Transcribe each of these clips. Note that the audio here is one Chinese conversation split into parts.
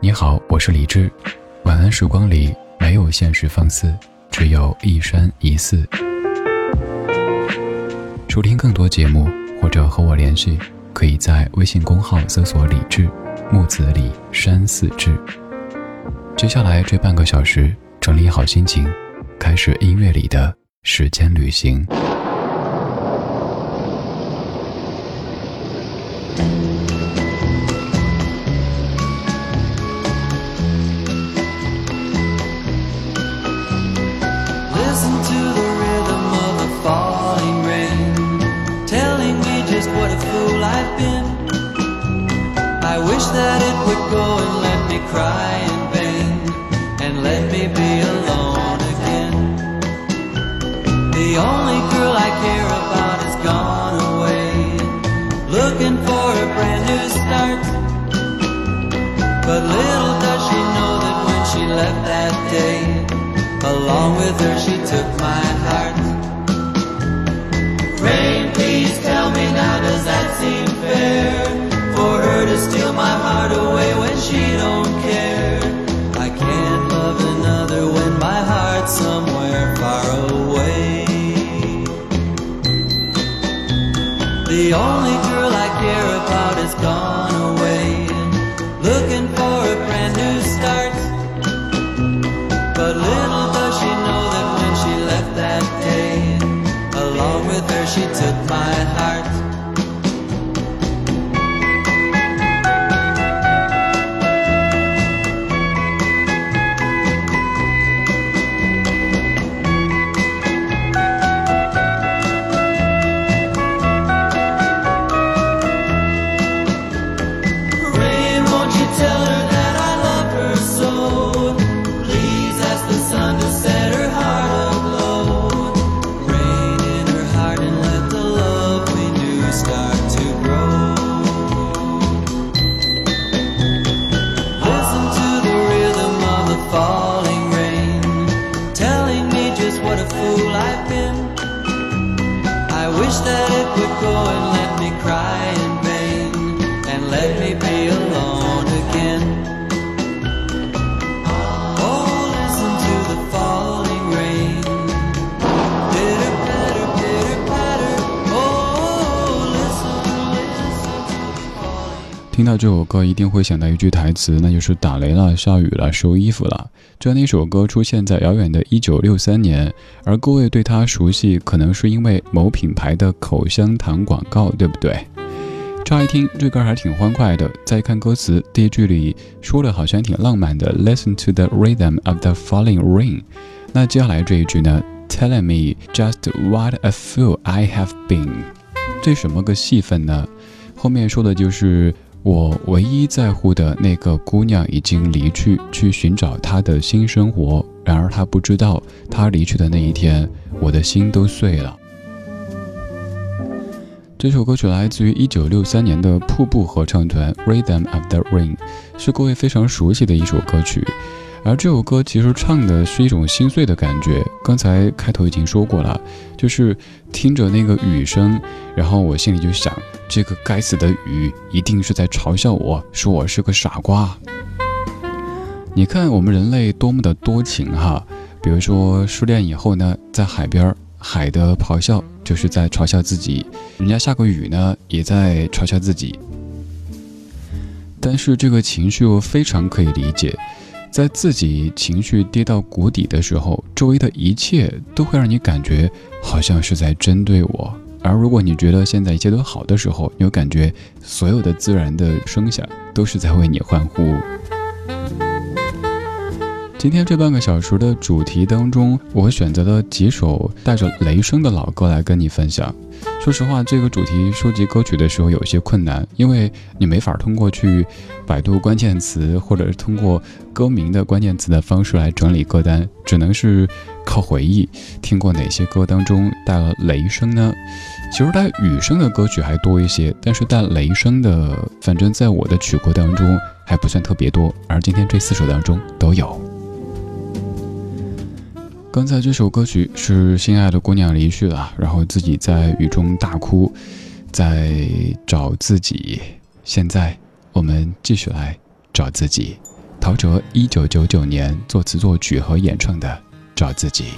你好，我是李志。晚安时光里没有现实放肆，只有一山一寺。收听更多节目或者和我联系，可以在微信公号搜索李志，木子李，山寺志。接下来这半个小时，整理好心情，开始音乐里的时间旅行。 That it would go and let me cry in vain and let me be alone again. The only girl I care about has gone away, looking for a brand new start. But little does she know that when she left that day, along with her she took my heart. Rain, please tell me now, does that seem fair? For her to steal my heart away when she don't care. I can't love another when my heart's somewhere far away. The only girl I care about has gone away, looking for a brand new start. But little does she know that when she left that day, along with her she took my heart. That it would go and let me cry in vain and let me be alone again. Oh, listen to the falling rain. Pitter patter, pitter patter. Oh, listen, listen to the falling. 听到这首歌一定会想到一句台词，那就是打雷了，下雨了，收衣服了。这样的一首歌出现在遥远的1963年，而各位对它熟悉，可能是因为某品牌的口香糖广告，对不对？乍一听这歌还挺欢快的，再看歌词，第一句里说的好像挺浪漫的 Listen to the rhythm of the falling rain。 那接下来这一句呢 Telling me just what a fool I have been， 这什么个戏份呢？后面说的就是我唯一在乎的那个姑娘已经离去，去寻找她的新生活。然而她不知道，她离去的那一天，我的心都碎了。这首歌曲来自于1963年的瀑布合唱团 Rhythm of the Rain， 是各位非常熟悉的一首歌曲。而这首歌其实唱的是一种心碎的感觉，刚才开头已经说过了，就是听着那个雨声，然后我心里就想，这个该死的雨一定是在嘲笑我，说我是个傻瓜。你看我们人类多么的多情哈，比如说失恋以后呢，在海边，海的咆哮就是在嘲笑自己，人家下个雨呢也在嘲笑自己。但是这个情绪又非常可以理解，在自己情绪跌到谷底的时候，周围的一切都会让你感觉好像是在针对我。而如果你觉得现在一切都好的时候，你就感觉所有的自然的声响都是在为你欢呼。今天这半个小时的主题当中，我选择了几首带着雷声的老歌来跟你分享。说实话，这个主题收集歌曲的时候有些困难，因为你没法通过去百度关键词或者是通过歌名的关键词的方式来整理歌单，只能是靠回忆，听过哪些歌当中带了雷声呢？其实带雨声的歌曲还多一些，但是带雷声的，反正在我的曲库当中还不算特别多，而今天这4首当中都有。刚才这首歌曲是心爱的姑娘离去了，然后自己在雨中大哭，在找自己。现在我们继续来找自己。 陶喆1999年作词作曲和演唱的《找自己》。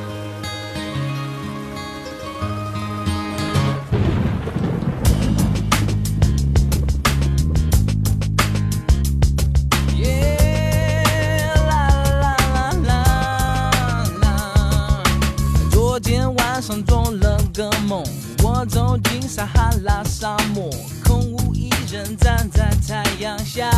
我走进撒哈拉沙漠，空无一人站在太阳下。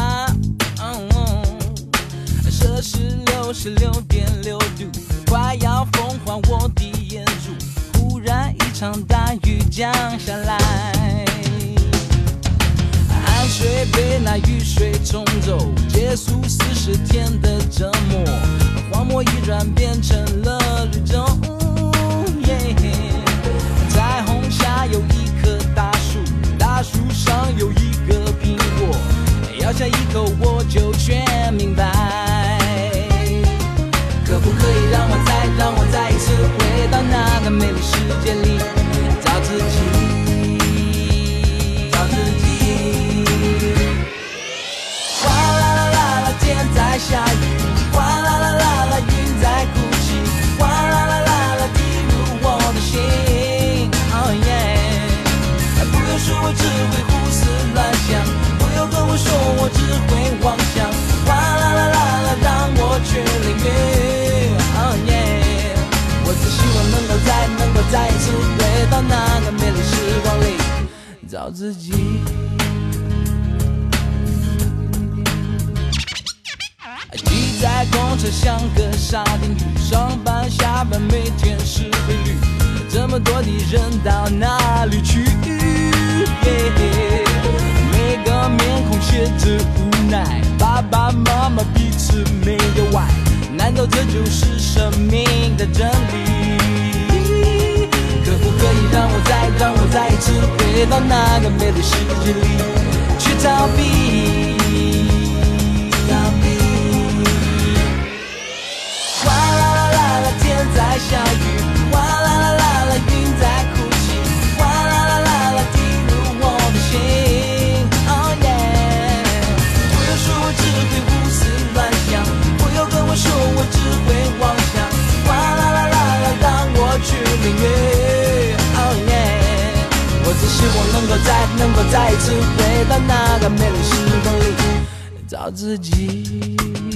摄氏66.6度，快要风化我的眼珠。忽然一场大雨降下来，汗水被那雨水冲走，结束40天的折磨。荒漠已然变成了绿洲。彩虹下有一棵大树，大树上有一个苹果，咬下一口我就全明白。可不可以让我再一次回到那个美丽世界里，找自己，找自己。哗啦啦啦啦，天在下雨，哗啦啦啦啦，云在哭泣，哗啦啦啦啦，滴入我的心。不用说我只会胡思乱想，不用跟我说我只会妄想，哗啦啦啦啦，让我去领略。我只希望能够再一次回到那个美丽时光里，找自己。挤在公车像个沙丁鱼，上班下班每天是规律，这么多的人到哪里去？每个面孔写着无奈，爸爸妈妈彼此没有爱，难道这就是生命的真理？可不可以让我再一次回到那个美丽世界里，去逃避？哗啦啦啦啦，天在下雨，哗啦啦啦啦，云在哭泣，哗啦啦啦啦，滴入我的心。不要说我只会胡思乱想，不要跟我说我只会妄想，哗啦啦啦啦，让我去领略。我只希望能够再一次回到那个美丽时光里，找自己。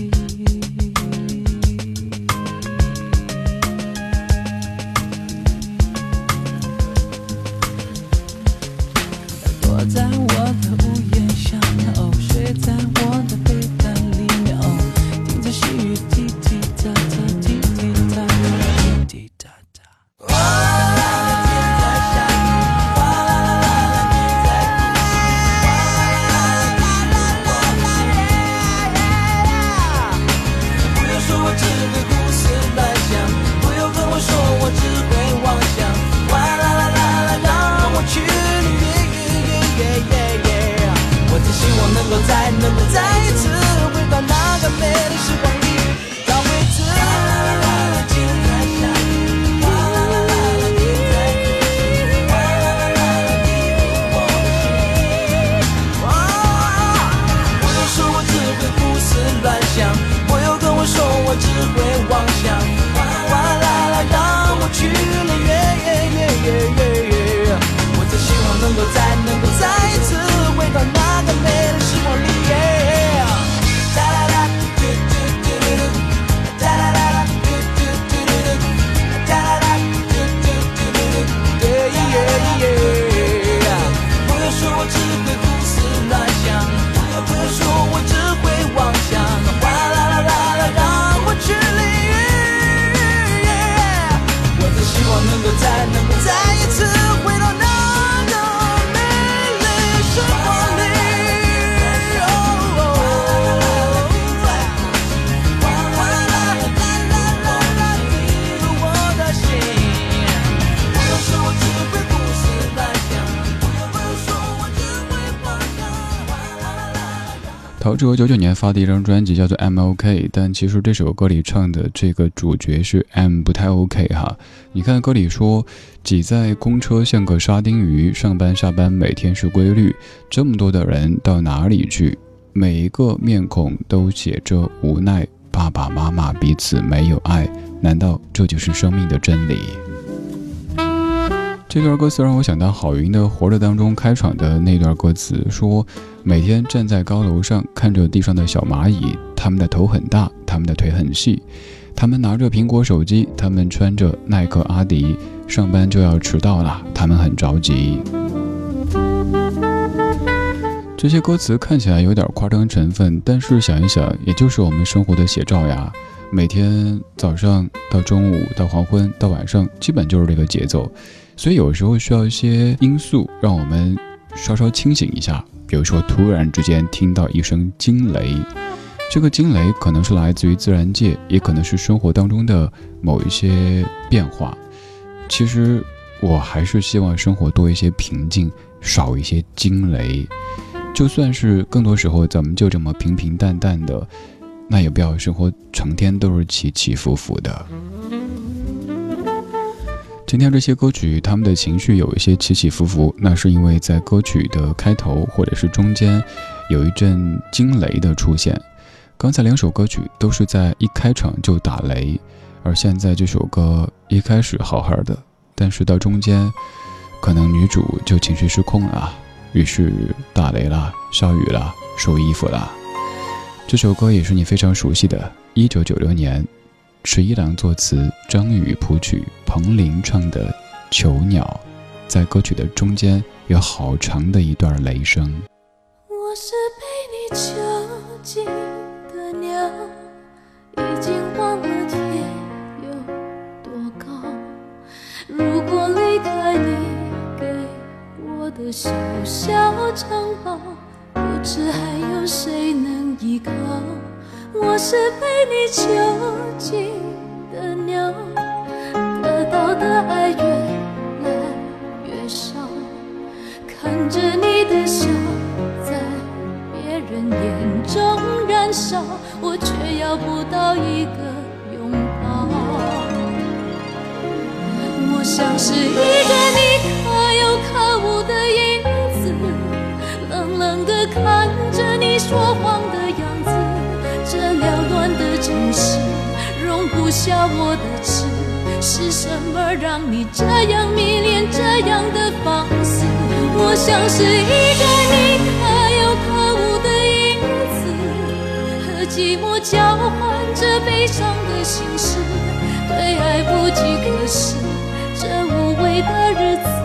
在我的屋檐下面哦，睡在我的被单里面哦，听着细雨滴滴答答，滴滴答答，滴滴答答。哗啦啦啦，天在下雨，哗啦啦啦啦，雨在哭泣，哗啦啦啦啦啦啦啦。不要说我只会胡思乱想，不要跟我说我只会妄想，哗啦啦啦啦，让我去领略。我只希望能够再一次回到那个美丽时光里，找回自己。天在下雨，哗啦啦啦啦，雨在哭泣，哗啦啦啦啦，滴入我的心。不要说我只会胡思乱想，不要跟我说我只会妄想，哗啦啦，让我去领略。我只希望能够再一次回到那个美丽时光里。哒啦啦，嘟嘟嘟嘟嘟，哒啦啦，嘟嘟嘟嘟嘟，哒啦啦，嘟嘟嘟嘟嘟，不要说我只会胡思乱想，不要说我只会妄想，哗啦啦啦啦，让我去领略。我只希望能够再一次回到那个美丽时光里。 陶喆99年发的一张专辑叫做 I'm OK， 但其实这首歌里唱的这个主角是 I'm 不太 OK 哈。你看歌里说，挤在公车像个沙丁鱼，上班下班每天是规律，这么多的人到哪里去？ 每一个面孔都写着无奈，爸爸妈妈彼此没有爱，难道这就是生命的真理？这段歌词让我想到郝云的《活着》当中开场的那段歌词，说每天站在高楼上看着地上的小蚂蚁，它们的头很大，它们的腿很细，他们拿着苹果手机，他们穿着耐克阿迪，上班就要迟到了，他们很着急。这些歌词看起来有点夸张成分，但是想一想，也就是我们生活的写照呀。每天早上到中午到黄昏到晚上，基本就是这个节奏。所以有时候需要一些因素让我们稍稍清醒一下，比如说突然之间听到一声惊雷，这个惊雷可能是来自于自然界，也可能是生活当中的某一些变化。其实我还是希望生活多一些平静，少一些惊雷。就算是更多时候咱们就这么平平淡淡的，那也不要生活成天都是起起伏伏的。今天这些歌曲他们的情绪有一些起起伏伏，那是因为在歌曲的开头或者是中间有一阵惊雷的出现。刚才两首歌曲都是在一开场就打雷，而现在这首歌一开始好好的，但是到中间可能女主就情绪失控了，于是打雷了，下雨了，收衣服了。这首歌也是你非常熟悉的1996年池一郎作词，张宇谱曲，彭羚唱的《囚鸟》。在歌曲的中间有好长的一段雷声。 我是被你囚禁的鸟，已经忘了天有多高。如果离开你给我的小小城堡，不知还有谁能依靠。我是被你囚禁的鸟，得到的爱越来越少，看着你的笑在别人眼中燃烧，我却要不到一个拥抱。我像是一个你可有可无的影子，冷冷地看着你说谎的样子。这缭乱的城市容不下我的痴，是什么让你这样迷恋，这样的放肆？我像是一个你可有可无的影子，和寂寞交换着悲伤的心事，对爱不计可施，这无味的日子，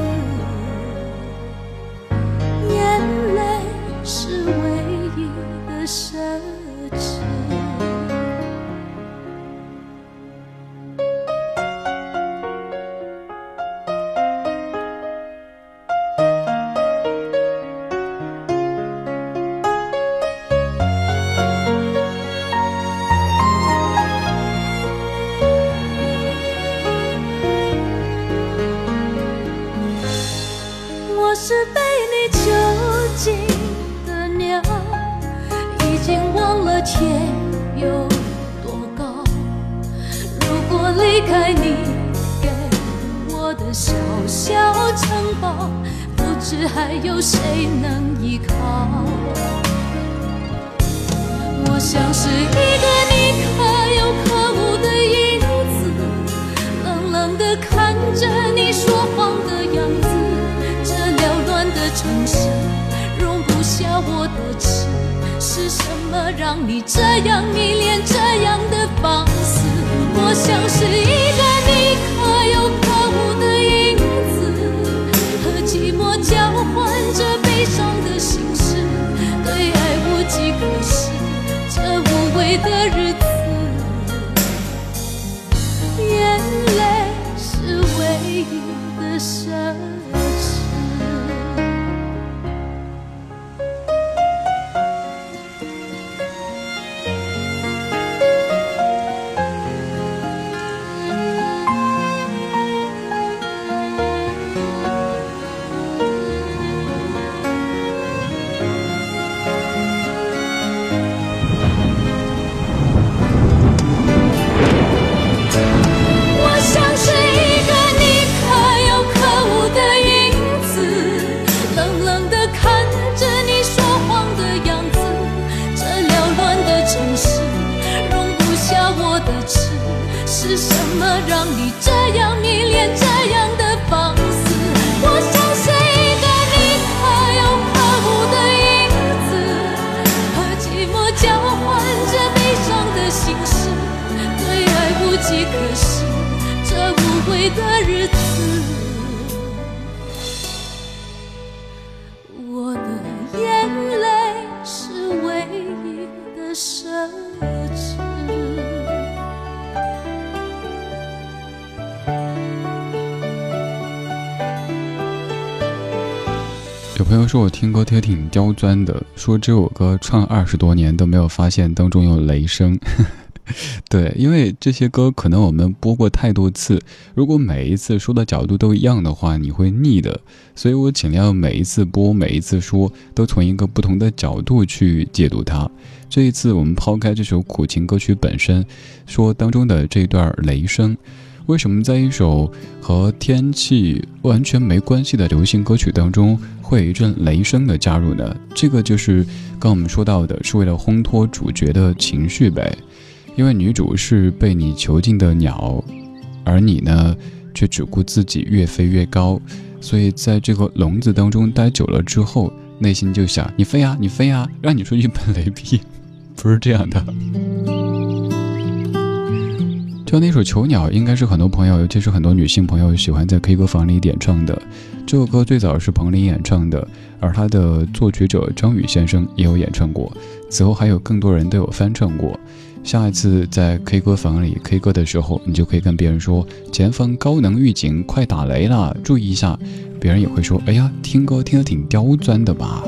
眼泪是唯一的奢侈。我是被你囚禁的鸟，已经忘了天有多高。如果离开你给我的小小城堡，不知还有谁能依靠。我像是一个你可有可无的影子，冷冷地看着你说谎的样子。这缭乱的城市容不下我的痴，是什么让你这样迷恋，这样的放肆？我像是一个你可有可无的影子，和寂寞交换着悲伤的心事，对爱无计可施，这无味的日子，眼泪是唯一的奢侈。 么让你这样迷恋这样的放肆？我像是一个你可有可无的影子，和寂寞交换着悲伤的心事，对爱无计可施，这无悔的日子。我的眼泪是唯一的奢侈。 有朋友说我听歌听挺刁钻的，说这首歌唱20多年都没有发现当中有雷声。对，因为这些歌可能我们播过太多次，如果每一次说的角度都一样的话，你会腻的。所以我尽量每一次播，每一次说，都从一个不同的角度去解读它。这一次我们抛开这首苦情歌曲本身，说当中的这段雷声，为什么在一首和天气完全没关系的流行歌曲当中会有一阵雷声的加入呢？这个就是刚我们说到的，是为了烘托主角的情绪呗。因为女主是被你囚禁的鸟，而你呢却只顾自己越飞越高，所以在这个笼子当中待久了之后，内心就想你飞啊你飞啊，让你出去喷雷劈，不是这样的。就那首《囚鸟》应该是很多朋友，尤其是很多女性朋友喜欢在 K 歌房里点唱的。这首歌最早是彭羚演唱的，而他的作曲者张宇先生也有演唱过，此后还有更多人都有翻唱过。下一次在 K 歌房里 K 歌的时候，你就可以跟别人说前方高能预警，快打雷了，注意一下。别人也会说，哎呀，听歌听得挺刁钻的吧。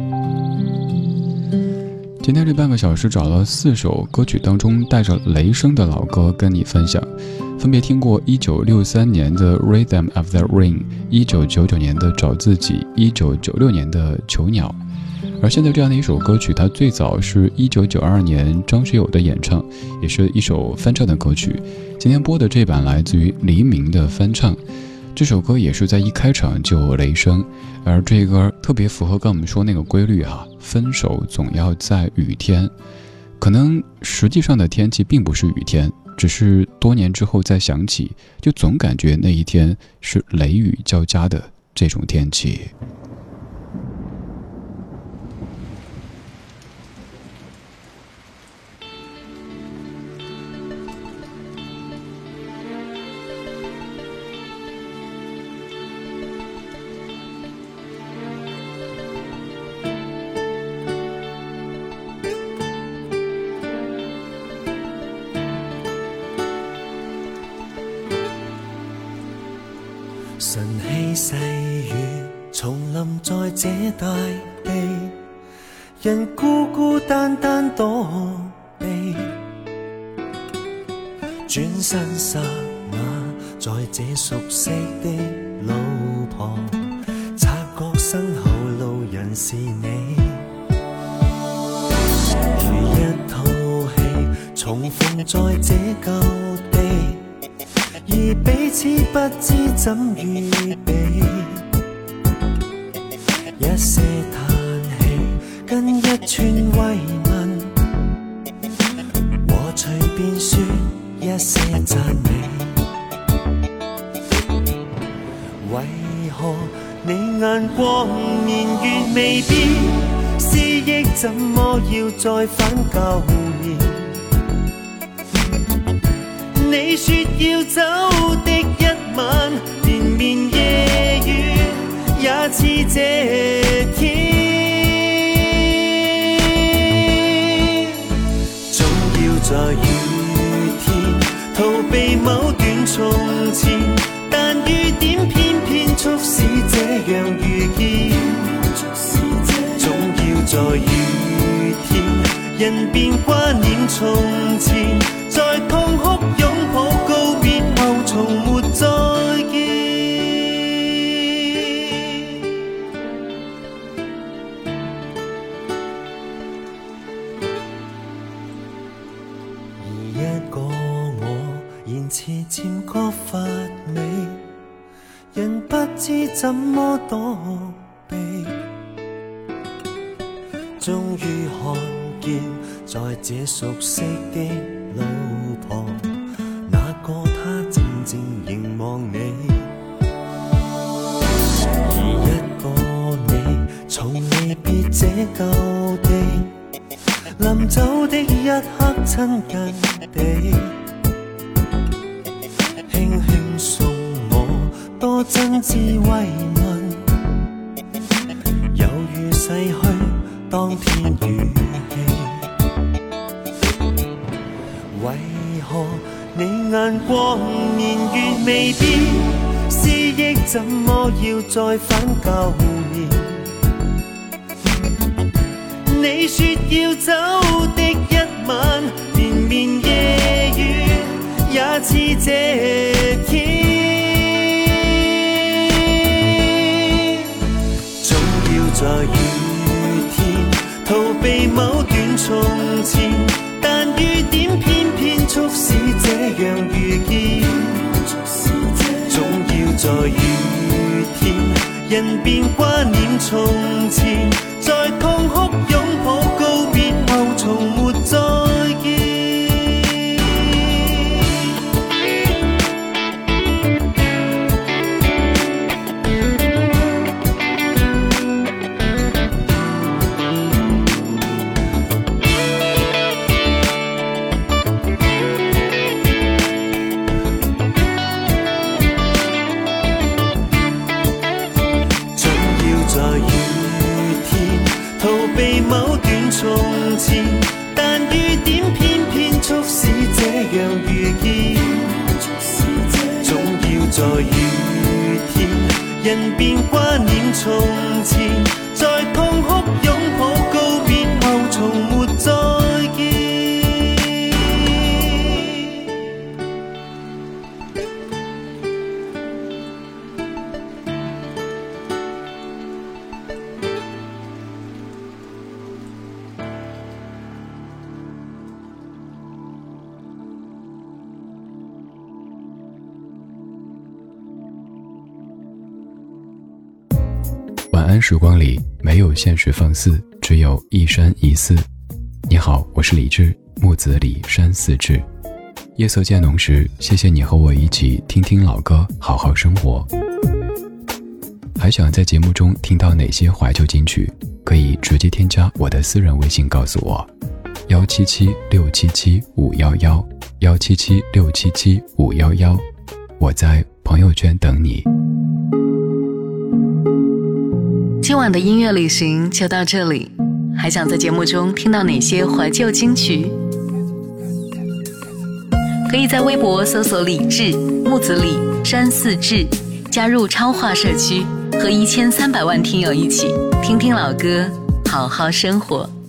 今天这半个小时找了4首歌曲当中带着雷声的老歌跟你分享，分别听过1963年的 Rhythm of the Rain， 1999年的找自己， 1996年的囚鸟。而现在这样的一首歌曲，它最早是1992年张学友的演唱，也是一首翻唱的歌曲。今天播的这版来自于黎明的翻唱，这首歌也是在一开场就有雷声，而这歌特别符合跟我们说那个规律哈，分手总要在雨天。可能实际上的天气并不是雨天，只是多年之后再想起，就总感觉那一天是雷雨交加的这种天气。 晨曦细雨重临在这大地，人孤孤单单躲避，转身刹那在这熟悉的路旁，察觉身后路人是你，如一套戏重逢在这旧地，而彼此不知怎预备，一些叹气跟一串慰问，和随便说一些赞美。为何你眼光年月未变，思忆怎么要再返旧年？你说要走的一晚，连绵夜雨也似这天，总要在雨天逃避某段从前，但雨点偏偏促使这样遇见，总要在雨天人便挂念从前，在痛哭拥抱告别后从没再见。而一个我言辞渐觉乏味，人不知怎么躲避，终于看见在这熟悉的路旁，那个他一刻親近地，輕輕送我多真摯慰問，猶如逝去當天語氣。為何你眼光年月未變，思憶怎麼要再返舊年？你說要走的一晚，連綿夜雨也似這天。總要在雨天逃避某段從前，但雨點偏偏促使這樣遇見。總要在雨天，人便掛念從前，在痛哭擁抱告別後，從沒再見。從前，但雨點偏偏促使這樣遇見。總要在雨天，人便掛念從前，在痛哭擁抱告別後，從沒再見。 晚安时光里没有现实放肆，只有一山一寺。你好，我是李志，木子李山寺志。夜色渐浓时，谢谢你和我一起听听老歌，好好生活。还想在节目中听到哪些怀旧金曲，可以直接添加我的私人微信告诉我，177677511，177677511，我在朋友圈等你。 今晚的音乐旅行就到这里，还想在节目中听到哪些怀旧金曲？可以在微博搜索李志、木子李、山寺志，加入超话社区，和1300万听友一起听听老歌，好好生活。